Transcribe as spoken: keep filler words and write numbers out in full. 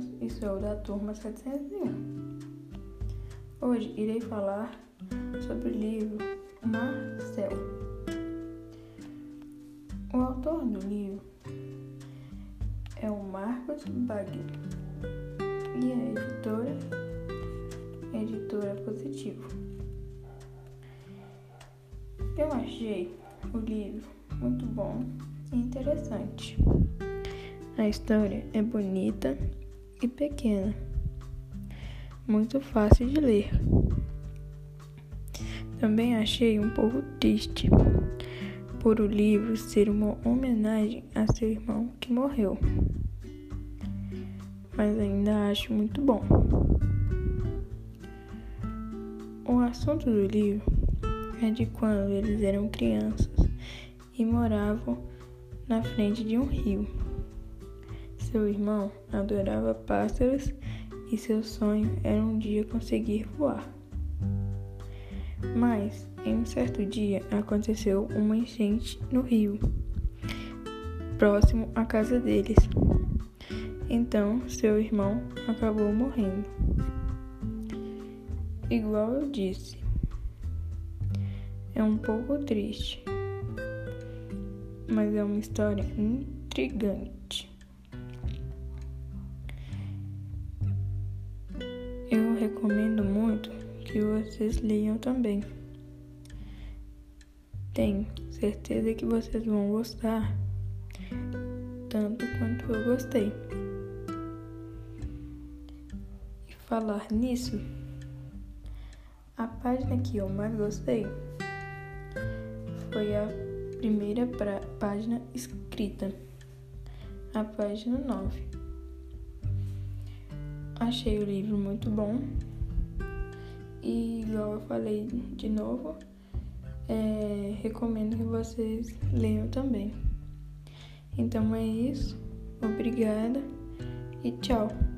anos e sou da turma setecentos e um. Hoje irei falar sobre o livro Marcel. O autor do livro é o Marcos Bagno e a editora é a editora Positivo. Eu achei o livro muito bom e interessante. A história é bonita e pequena, muito fácil de ler. Também achei um pouco triste por o livro ser uma homenagem a seu irmão que morreu, mas ainda acho muito bom. O assunto do livro é de quando eles eram crianças e moravam na frente de um rio. Seu irmão adorava pássaros e seu sonho era um dia conseguir voar. Mas, em um certo dia, aconteceu uma enchente no rio, próximo à casa deles. Então, seu irmão acabou morrendo. Igual eu disse, é um pouco triste, mas é uma história intrigante. Eu recomendo muito que vocês leiam também. Tenho certeza que vocês vão gostar, tanto quanto eu gostei. E falar nisso, a página que eu mais gostei foi a primeira pra, página escrita, a página nove. Achei o livro muito bom e, igual eu falei de novo, é, recomendo que vocês leiam também. Então é isso, obrigada e tchau!